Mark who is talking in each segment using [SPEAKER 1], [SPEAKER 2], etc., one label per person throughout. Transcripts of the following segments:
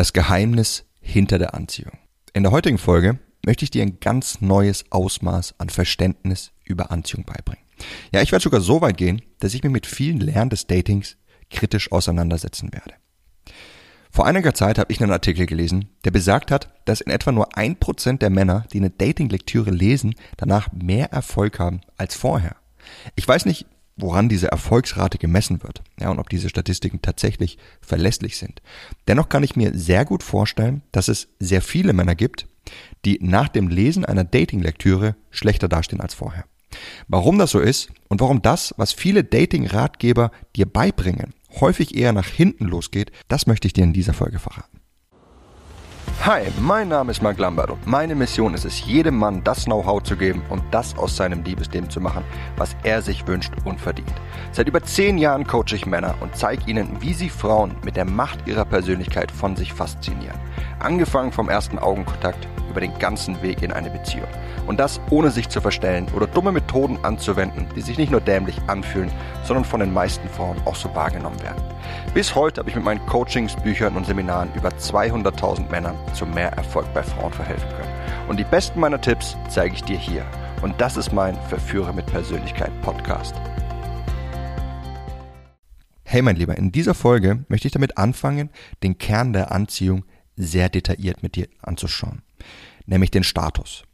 [SPEAKER 1] Das Geheimnis hinter der Anziehung. In der heutigen Folge möchte ich dir ein ganz neues Ausmaß an Verständnis über Anziehung beibringen. Ja, ich werde sogar so weit gehen, dass ich mich mit vielen Lernen des Datings kritisch auseinandersetzen werde. Vor einiger Zeit habe ich einen Artikel gelesen, der besagt hat, dass in etwa nur 1% der Männer, die eine Dating-Lektüre lesen, danach mehr Erfolg haben als vorher. Ich weiß nicht, woran diese Erfolgsrate gemessen wird, ja, und ob diese Statistiken tatsächlich verlässlich sind. Dennoch kann ich mir sehr gut vorstellen, dass es sehr viele Männer gibt, die nach dem Lesen einer Dating-Lektüre schlechter dastehen als vorher. Warum das so ist und warum das, was viele Dating-Ratgeber dir beibringen, häufig eher nach hinten losgeht, das möchte ich dir in dieser Folge verraten. Hi, mein Name ist Mark Lambert und meine Mission ist es, jedem Mann das Know-how zu geben und das aus seinem Liebesleben zu machen, was er sich wünscht und verdient. Seit über 10 Jahren coache ich Männer und zeige ihnen, wie sie Frauen mit der Macht ihrer Persönlichkeit von sich faszinieren. Angefangen vom ersten Augenkontakt über den ganzen Weg in eine Beziehung. Und das ohne sich zu verstellen oder dumme Methoden anzuwenden, die sich nicht nur dämlich anfühlen, sondern von den meisten Frauen auch so wahrgenommen werden. Bis heute habe ich mit meinen Coachings, Büchern und Seminaren über 200.000 Männern zu mehr Erfolg bei Frauen verhelfen können. Und die besten meiner Tipps zeige ich dir hier. Und das ist mein Verführer mit Persönlichkeit Podcast. Hey mein Lieber, in dieser Folge möchte ich damit anfangen, den Kern der Anziehung sehr detailliert mit dir anzuschauen. Nämlich den Status.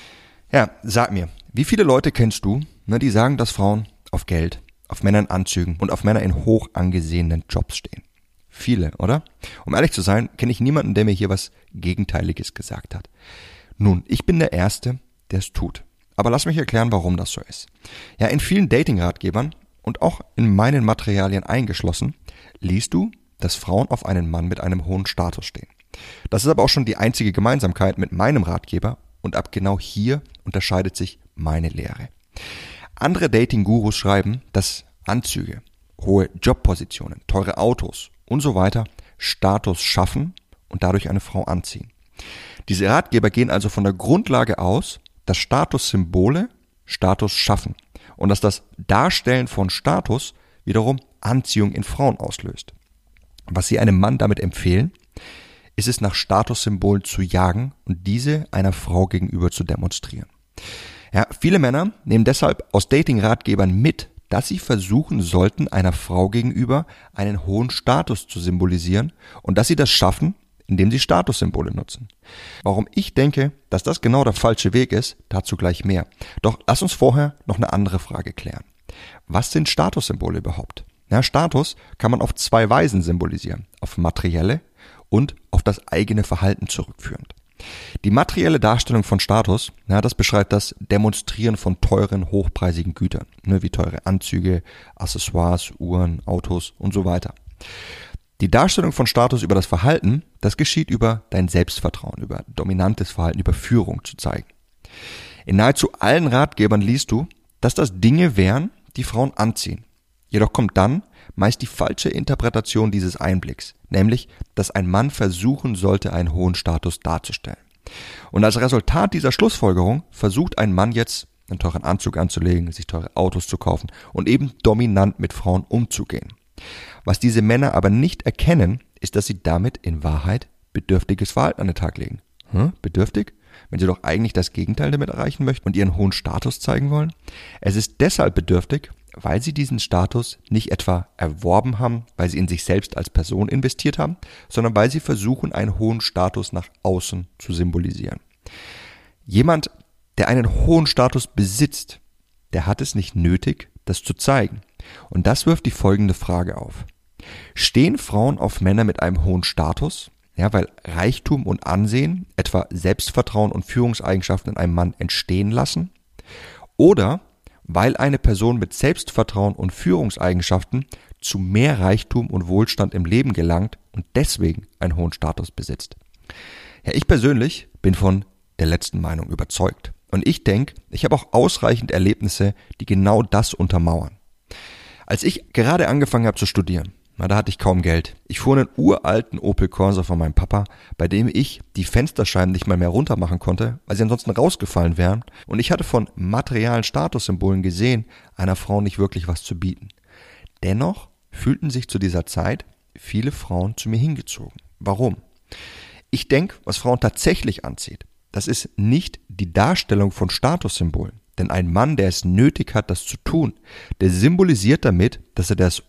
[SPEAKER 1] Ja, sag mir, wie viele Leute kennst du, die sagen, dass Frauen auf Geld, auf Männer in Anzügen und auf Männer in hoch angesehenen Jobs stehen? Viele, oder? Um ehrlich zu sein, kenne ich niemanden, der mir hier was Gegenteiliges gesagt hat. Nun, ich bin der Erste, der es tut. Aber lass mich erklären, warum das so ist. Ja, in vielen Dating-Ratgebern und auch in meinen Materialien eingeschlossen, liest du, dass Frauen auf einen Mann mit einem hohen Status stehen. Das ist aber auch schon die einzige Gemeinsamkeit mit meinem Ratgeber und ab genau hier unterscheidet sich meine Lehre. Andere Dating-Gurus schreiben, dass Anzüge, hohe Jobpositionen, teure Autos und so weiter Status schaffen und dadurch eine Frau anziehen. Diese Ratgeber gehen also von der Grundlage aus, dass Statussymbole Status schaffen und dass das Darstellen von Status wiederum Anziehung in Frauen auslöst. Was sie einem Mann damit empfehlen, ist es, nach Statussymbolen zu jagen und diese einer Frau gegenüber zu demonstrieren. Ja, viele Männer nehmen deshalb aus Dating-Ratgebern mit, dass sie versuchen sollten, einer Frau gegenüber einen hohen Status zu symbolisieren und dass sie das schaffen, indem sie Statussymbole nutzen. Warum ich denke, dass das genau der falsche Weg ist, dazu gleich mehr. Doch lass uns vorher noch eine andere Frage klären. Was sind Statussymbole überhaupt? Ja, Status kann man auf 2 Weisen symbolisieren, auf materielle und auf das eigene Verhalten zurückführend. Die materielle Darstellung von Status, das beschreibt das Demonstrieren von teuren, hochpreisigen Gütern, wie teure Anzüge, Accessoires, Uhren, Autos und so weiter. Die Darstellung von Status über das Verhalten, das geschieht über dein Selbstvertrauen, über dominantes Verhalten, über Führung zu zeigen. In nahezu allen Ratgebern liest du, dass das Dinge wären, die Frauen anziehen. Jedoch kommt dann meist die falsche Interpretation dieses Einblicks, nämlich, dass ein Mann versuchen sollte, einen hohen Status darzustellen. Und als Resultat dieser Schlussfolgerung versucht ein Mann jetzt, einen teuren Anzug anzulegen, sich teure Autos zu kaufen und eben dominant mit Frauen umzugehen. Was diese Männer aber nicht erkennen, ist, dass sie damit in Wahrheit bedürftiges Verhalten an den Tag legen. Bedürftig? Wenn sie doch eigentlich das Gegenteil damit erreichen möchten und ihren hohen Status zeigen wollen? Es ist deshalb bedürftig, weil sie diesen Status nicht etwa erworben haben, weil sie in sich selbst als Person investiert haben, sondern weil sie versuchen, einen hohen Status nach außen zu symbolisieren. Jemand, der einen hohen Status besitzt, der hat es nicht nötig, das zu zeigen. Und das wirft die folgende Frage auf. Stehen Frauen auf Männer mit einem hohen Status? Ja, weil Reichtum und Ansehen, etwa Selbstvertrauen und Führungseigenschaften in einem Mann entstehen lassen? Oder weil eine Person mit Selbstvertrauen und Führungseigenschaften zu mehr Reichtum und Wohlstand im Leben gelangt und deswegen einen hohen Status besitzt. Ja, ich persönlich bin von der letzten Meinung überzeugt. Und ich denke, ich habe auch ausreichend Erlebnisse, die genau das untermauern. Als ich gerade angefangen habe zu studieren, da hatte ich kaum Geld. Ich fuhr einen uralten Opel Corsa von meinem Papa, bei dem ich die Fensterscheiben nicht mal mehr runter machen konnte, weil sie ansonsten rausgefallen wären. Und ich hatte von materialen Statussymbolen gesehen, einer Frau nicht wirklich was zu bieten. Dennoch fühlten sich zu dieser Zeit viele Frauen zu mir hingezogen. Warum? Ich denke, was Frauen tatsächlich anzieht, das ist nicht die Darstellung von Statussymbolen. Denn ein Mann, der es nötig hat, das zu tun, der symbolisiert damit, dass er das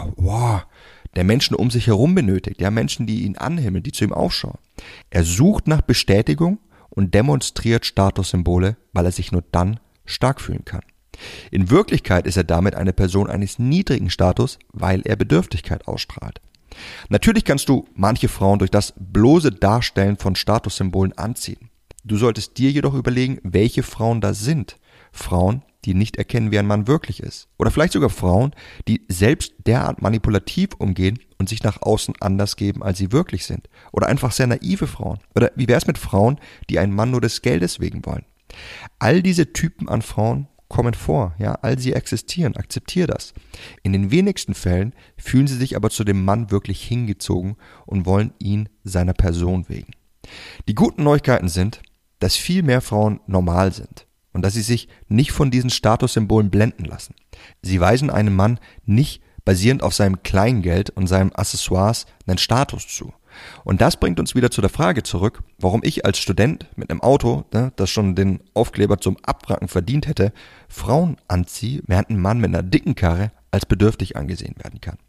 [SPEAKER 1] der Menschen um sich herum benötigt, ja, Menschen, die ihn anhimmeln, die zu ihm aufschauen. Er sucht nach Bestätigung und demonstriert Statussymbole, weil er sich nur dann stark fühlen kann. In Wirklichkeit ist er damit eine Person eines niedrigen Status, weil er Bedürftigkeit ausstrahlt. Natürlich kannst du manche Frauen durch das bloße Darstellen von Statussymbolen anziehen. Du solltest dir jedoch überlegen, welche Frauen das sind. Frauen, die nicht erkennen, wie ein Mann wirklich ist. Oder vielleicht sogar Frauen, die selbst derart manipulativ umgehen und sich nach außen anders geben, als sie wirklich sind. Oder einfach sehr naive Frauen. Oder wie wäre es mit Frauen, die einen Mann nur des Geldes wegen wollen? All diese Typen an Frauen kommen vor, ja, all sie existieren, akzeptiere das. In den wenigsten Fällen fühlen sie sich aber zu dem Mann wirklich hingezogen und wollen ihn seiner Person wegen. Die guten Neuigkeiten sind, dass viel mehr Frauen normal sind und dass sie sich nicht von diesen Statussymbolen blenden lassen. Sie weisen einem Mann nicht basierend auf seinem Kleingeld und seinen Accessoires einen Status zu. Und das bringt uns wieder zu der Frage zurück, warum ich als Student mit einem Auto, das schon den Aufkleber zum Abwracken verdient hätte, Frauen anziehe, während ein Mann mit einer dicken Karre als bedürftig angesehen werden kann.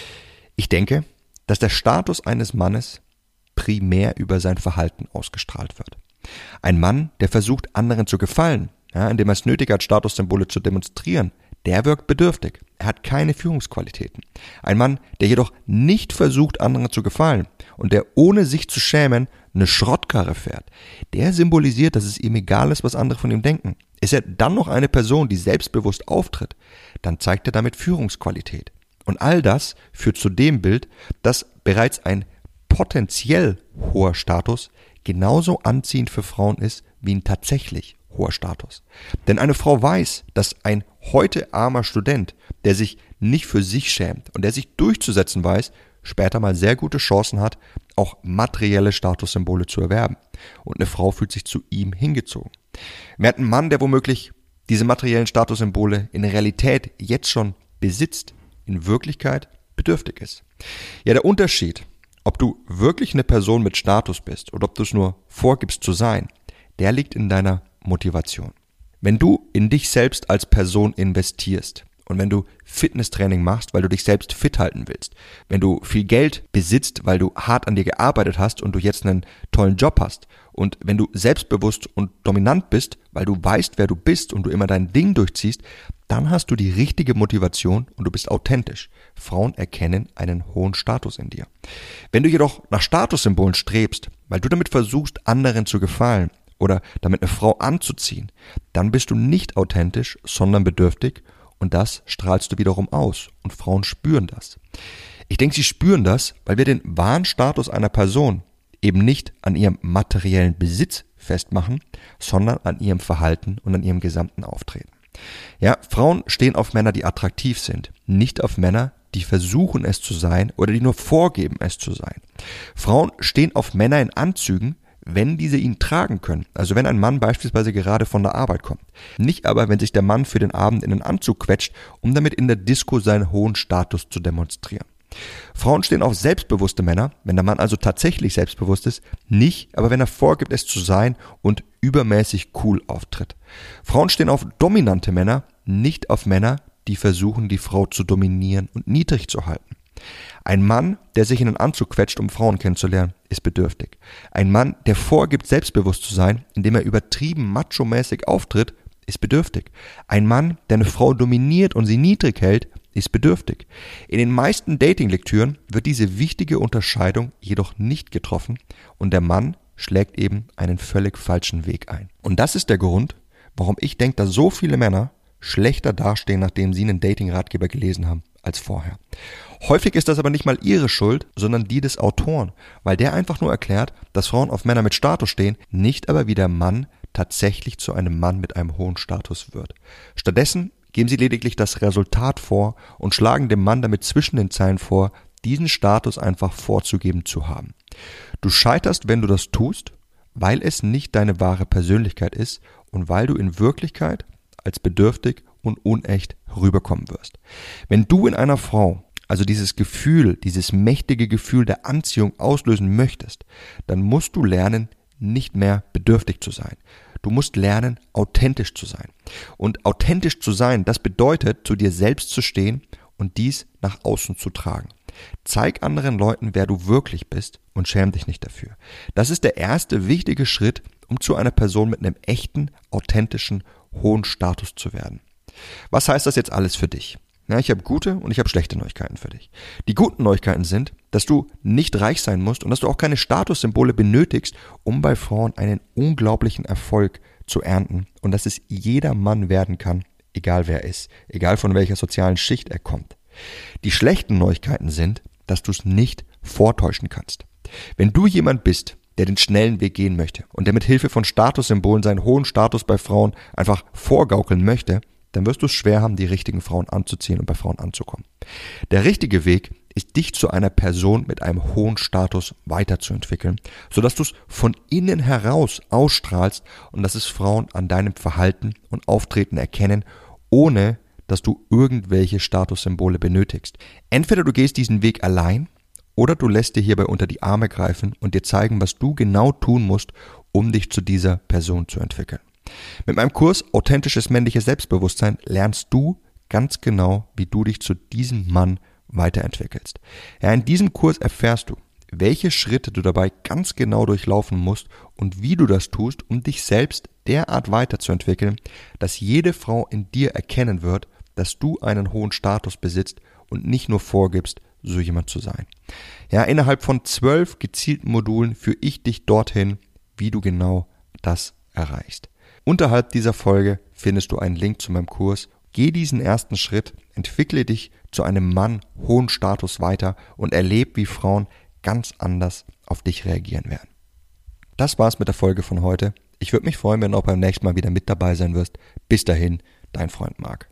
[SPEAKER 1] Ich denke, dass der Status eines Mannes primär über sein Verhalten ausgestrahlt wird. Ein Mann, der versucht, anderen zu gefallen, ja, indem er es nötig hat, Statussymbole zu demonstrieren, der wirkt bedürftig. Er hat keine Führungsqualitäten. Ein Mann, der jedoch nicht versucht, anderen zu gefallen und der ohne sich zu schämen eine Schrottkarre fährt, der symbolisiert, dass es ihm egal ist, was andere von ihm denken. Ist er dann noch eine Person, die selbstbewusst auftritt, dann zeigt er damit Führungsqualität. Und all das führt zu dem Bild, dass bereits ein potenziell hoher Status genauso anziehend für Frauen ist wie ein tatsächlich hoher Status. Denn eine Frau weiß, dass ein heute armer Student, der sich nicht für sich schämt und der sich durchzusetzen weiß, später mal sehr gute Chancen hat, auch materielle Statussymbole zu erwerben. Und eine Frau fühlt sich zu ihm hingezogen. Während ein Mann, der womöglich diese materiellen Statussymbole in der Realität jetzt schon besitzt, in Wirklichkeit bedürftig ist. Ja, der Unterschied, ob du wirklich eine Person mit Status bist oder ob du es nur vorgibst zu sein, der liegt in deiner Motivation. Wenn du in dich selbst als Person investierst und wenn du Fitnesstraining machst, weil du dich selbst fit halten willst, wenn du viel Geld besitzt, weil du hart an dir gearbeitet hast und du jetzt einen tollen Job hast und wenn du selbstbewusst und dominant bist, weil du weißt, wer du bist und du immer dein Ding durchziehst, dann hast du die richtige Motivation und du bist authentisch. Frauen erkennen einen hohen Status in dir. Wenn du jedoch nach Statussymbolen strebst, weil du damit versuchst, anderen zu gefallen, oder damit eine Frau anzuziehen, dann bist du nicht authentisch, sondern bedürftig und das strahlst du wiederum aus und Frauen spüren das. Ich denke, sie spüren das, weil wir den wahren Status einer Person eben nicht an ihrem materiellen Besitz festmachen, sondern an ihrem Verhalten und an ihrem gesamten Auftreten. Ja, Frauen stehen auf Männer, die attraktiv sind, nicht auf Männer, die versuchen es zu sein oder die nur vorgeben es zu sein. Frauen stehen auf Männer in Anzügen, wenn diese ihn tragen können. Also wenn ein Mann beispielsweise gerade von der Arbeit kommt. Nicht aber, wenn sich der Mann für den Abend in den Anzug quetscht, um damit in der Disco seinen hohen Status zu demonstrieren. Frauen stehen auf selbstbewusste Männer, wenn der Mann also tatsächlich selbstbewusst ist, nicht, aber wenn er vorgibt, es zu sein und übermäßig cool auftritt. Frauen stehen auf dominante Männer, nicht auf Männer, die versuchen, die Frau zu dominieren und niedrig zu halten. Ein Mann, der sich in den Anzug quetscht, um Frauen kennenzulernen, ist bedürftig. Ein Mann, der vorgibt, selbstbewusst zu sein, indem er übertrieben macho-mäßig auftritt, ist bedürftig. Ein Mann, der eine Frau dominiert und sie niedrig hält, ist bedürftig. In den meisten Dating-Lektüren wird diese wichtige Unterscheidung jedoch nicht getroffen und der Mann schlägt eben einen völlig falschen Weg ein. Und das ist der Grund, warum ich denke, dass so viele Männer schlechter dastehen, nachdem sie einen Dating-Ratgeber gelesen haben, als vorher. Häufig ist das aber nicht mal ihre Schuld, sondern die des Autoren, weil der einfach nur erklärt, dass Frauen auf Männer mit Status stehen, nicht aber wie der Mann tatsächlich zu einem Mann mit einem hohen Status wird. Stattdessen geben sie lediglich das Resultat vor und schlagen dem Mann damit zwischen den Zeilen vor, diesen Status einfach vorzugeben zu haben. Du scheiterst, wenn du das tust, weil es nicht deine wahre Persönlichkeit ist und weil du in Wirklichkeit als bedürftig und unecht rüberkommen wirst. Wenn du in einer Frau also dieses Gefühl, dieses mächtige Gefühl der Anziehung auslösen möchtest, dann musst du lernen, nicht mehr bedürftig zu sein. Du musst lernen, authentisch zu sein. Und authentisch zu sein, das bedeutet, zu dir selbst zu stehen und dies nach außen zu tragen. Zeig anderen Leuten, wer du wirklich bist und schäm dich nicht dafür. Das ist der erste wichtige Schritt, um zu einer Person mit einem echten, authentischen, hohen Status zu werden. Was heißt das jetzt alles für dich? Ja, ich habe gute und ich habe schlechte Neuigkeiten für dich. Die guten Neuigkeiten sind, dass du nicht reich sein musst und dass du auch keine Statussymbole benötigst, um bei Frauen einen unglaublichen Erfolg zu ernten und dass es jeder Mann werden kann, egal wer er ist, egal von welcher sozialen Schicht er kommt. Die schlechten Neuigkeiten sind, dass du es nicht vortäuschen kannst. Wenn du jemand bist, der den schnellen Weg gehen möchte und der mit Hilfe von Statussymbolen seinen hohen Status bei Frauen einfach vorgaukeln möchte, dann wirst du es schwer haben, die richtigen Frauen anzuziehen und bei Frauen anzukommen. Der richtige Weg ist, dich zu einer Person mit einem hohen Status weiterzuentwickeln, sodass du es von innen heraus ausstrahlst und dass es Frauen an deinem Verhalten und Auftreten erkennen, ohne dass du irgendwelche Statussymbole benötigst. Entweder du gehst diesen Weg allein oder du lässt dir hierbei unter die Arme greifen und dir zeigen, was du genau tun musst, um dich zu dieser Person zu entwickeln. Mit meinem Kurs Authentisches männliches Selbstbewusstsein lernst du ganz genau, wie du dich zu diesem Mann weiterentwickelst. Ja, in diesem Kurs erfährst du, welche Schritte du dabei ganz genau durchlaufen musst und wie du das tust, um dich selbst derart weiterzuentwickeln, dass jede Frau in dir erkennen wird, dass du einen hohen Status besitzt und nicht nur vorgibst, so jemand zu sein. Ja, innerhalb von 12 gezielten Modulen führe ich dich dorthin, wie du genau das erreichst. Unterhalb dieser Folge findest du einen Link zu meinem Kurs. Geh diesen ersten Schritt, entwickle dich zu einem Mann hohen Status weiter und erlebe, wie Frauen ganz anders auf dich reagieren werden. Das war's mit der Folge von heute. Ich würde mich freuen, wenn du auch beim nächsten Mal wieder mit dabei sein wirst. Bis dahin, dein Freund Marc.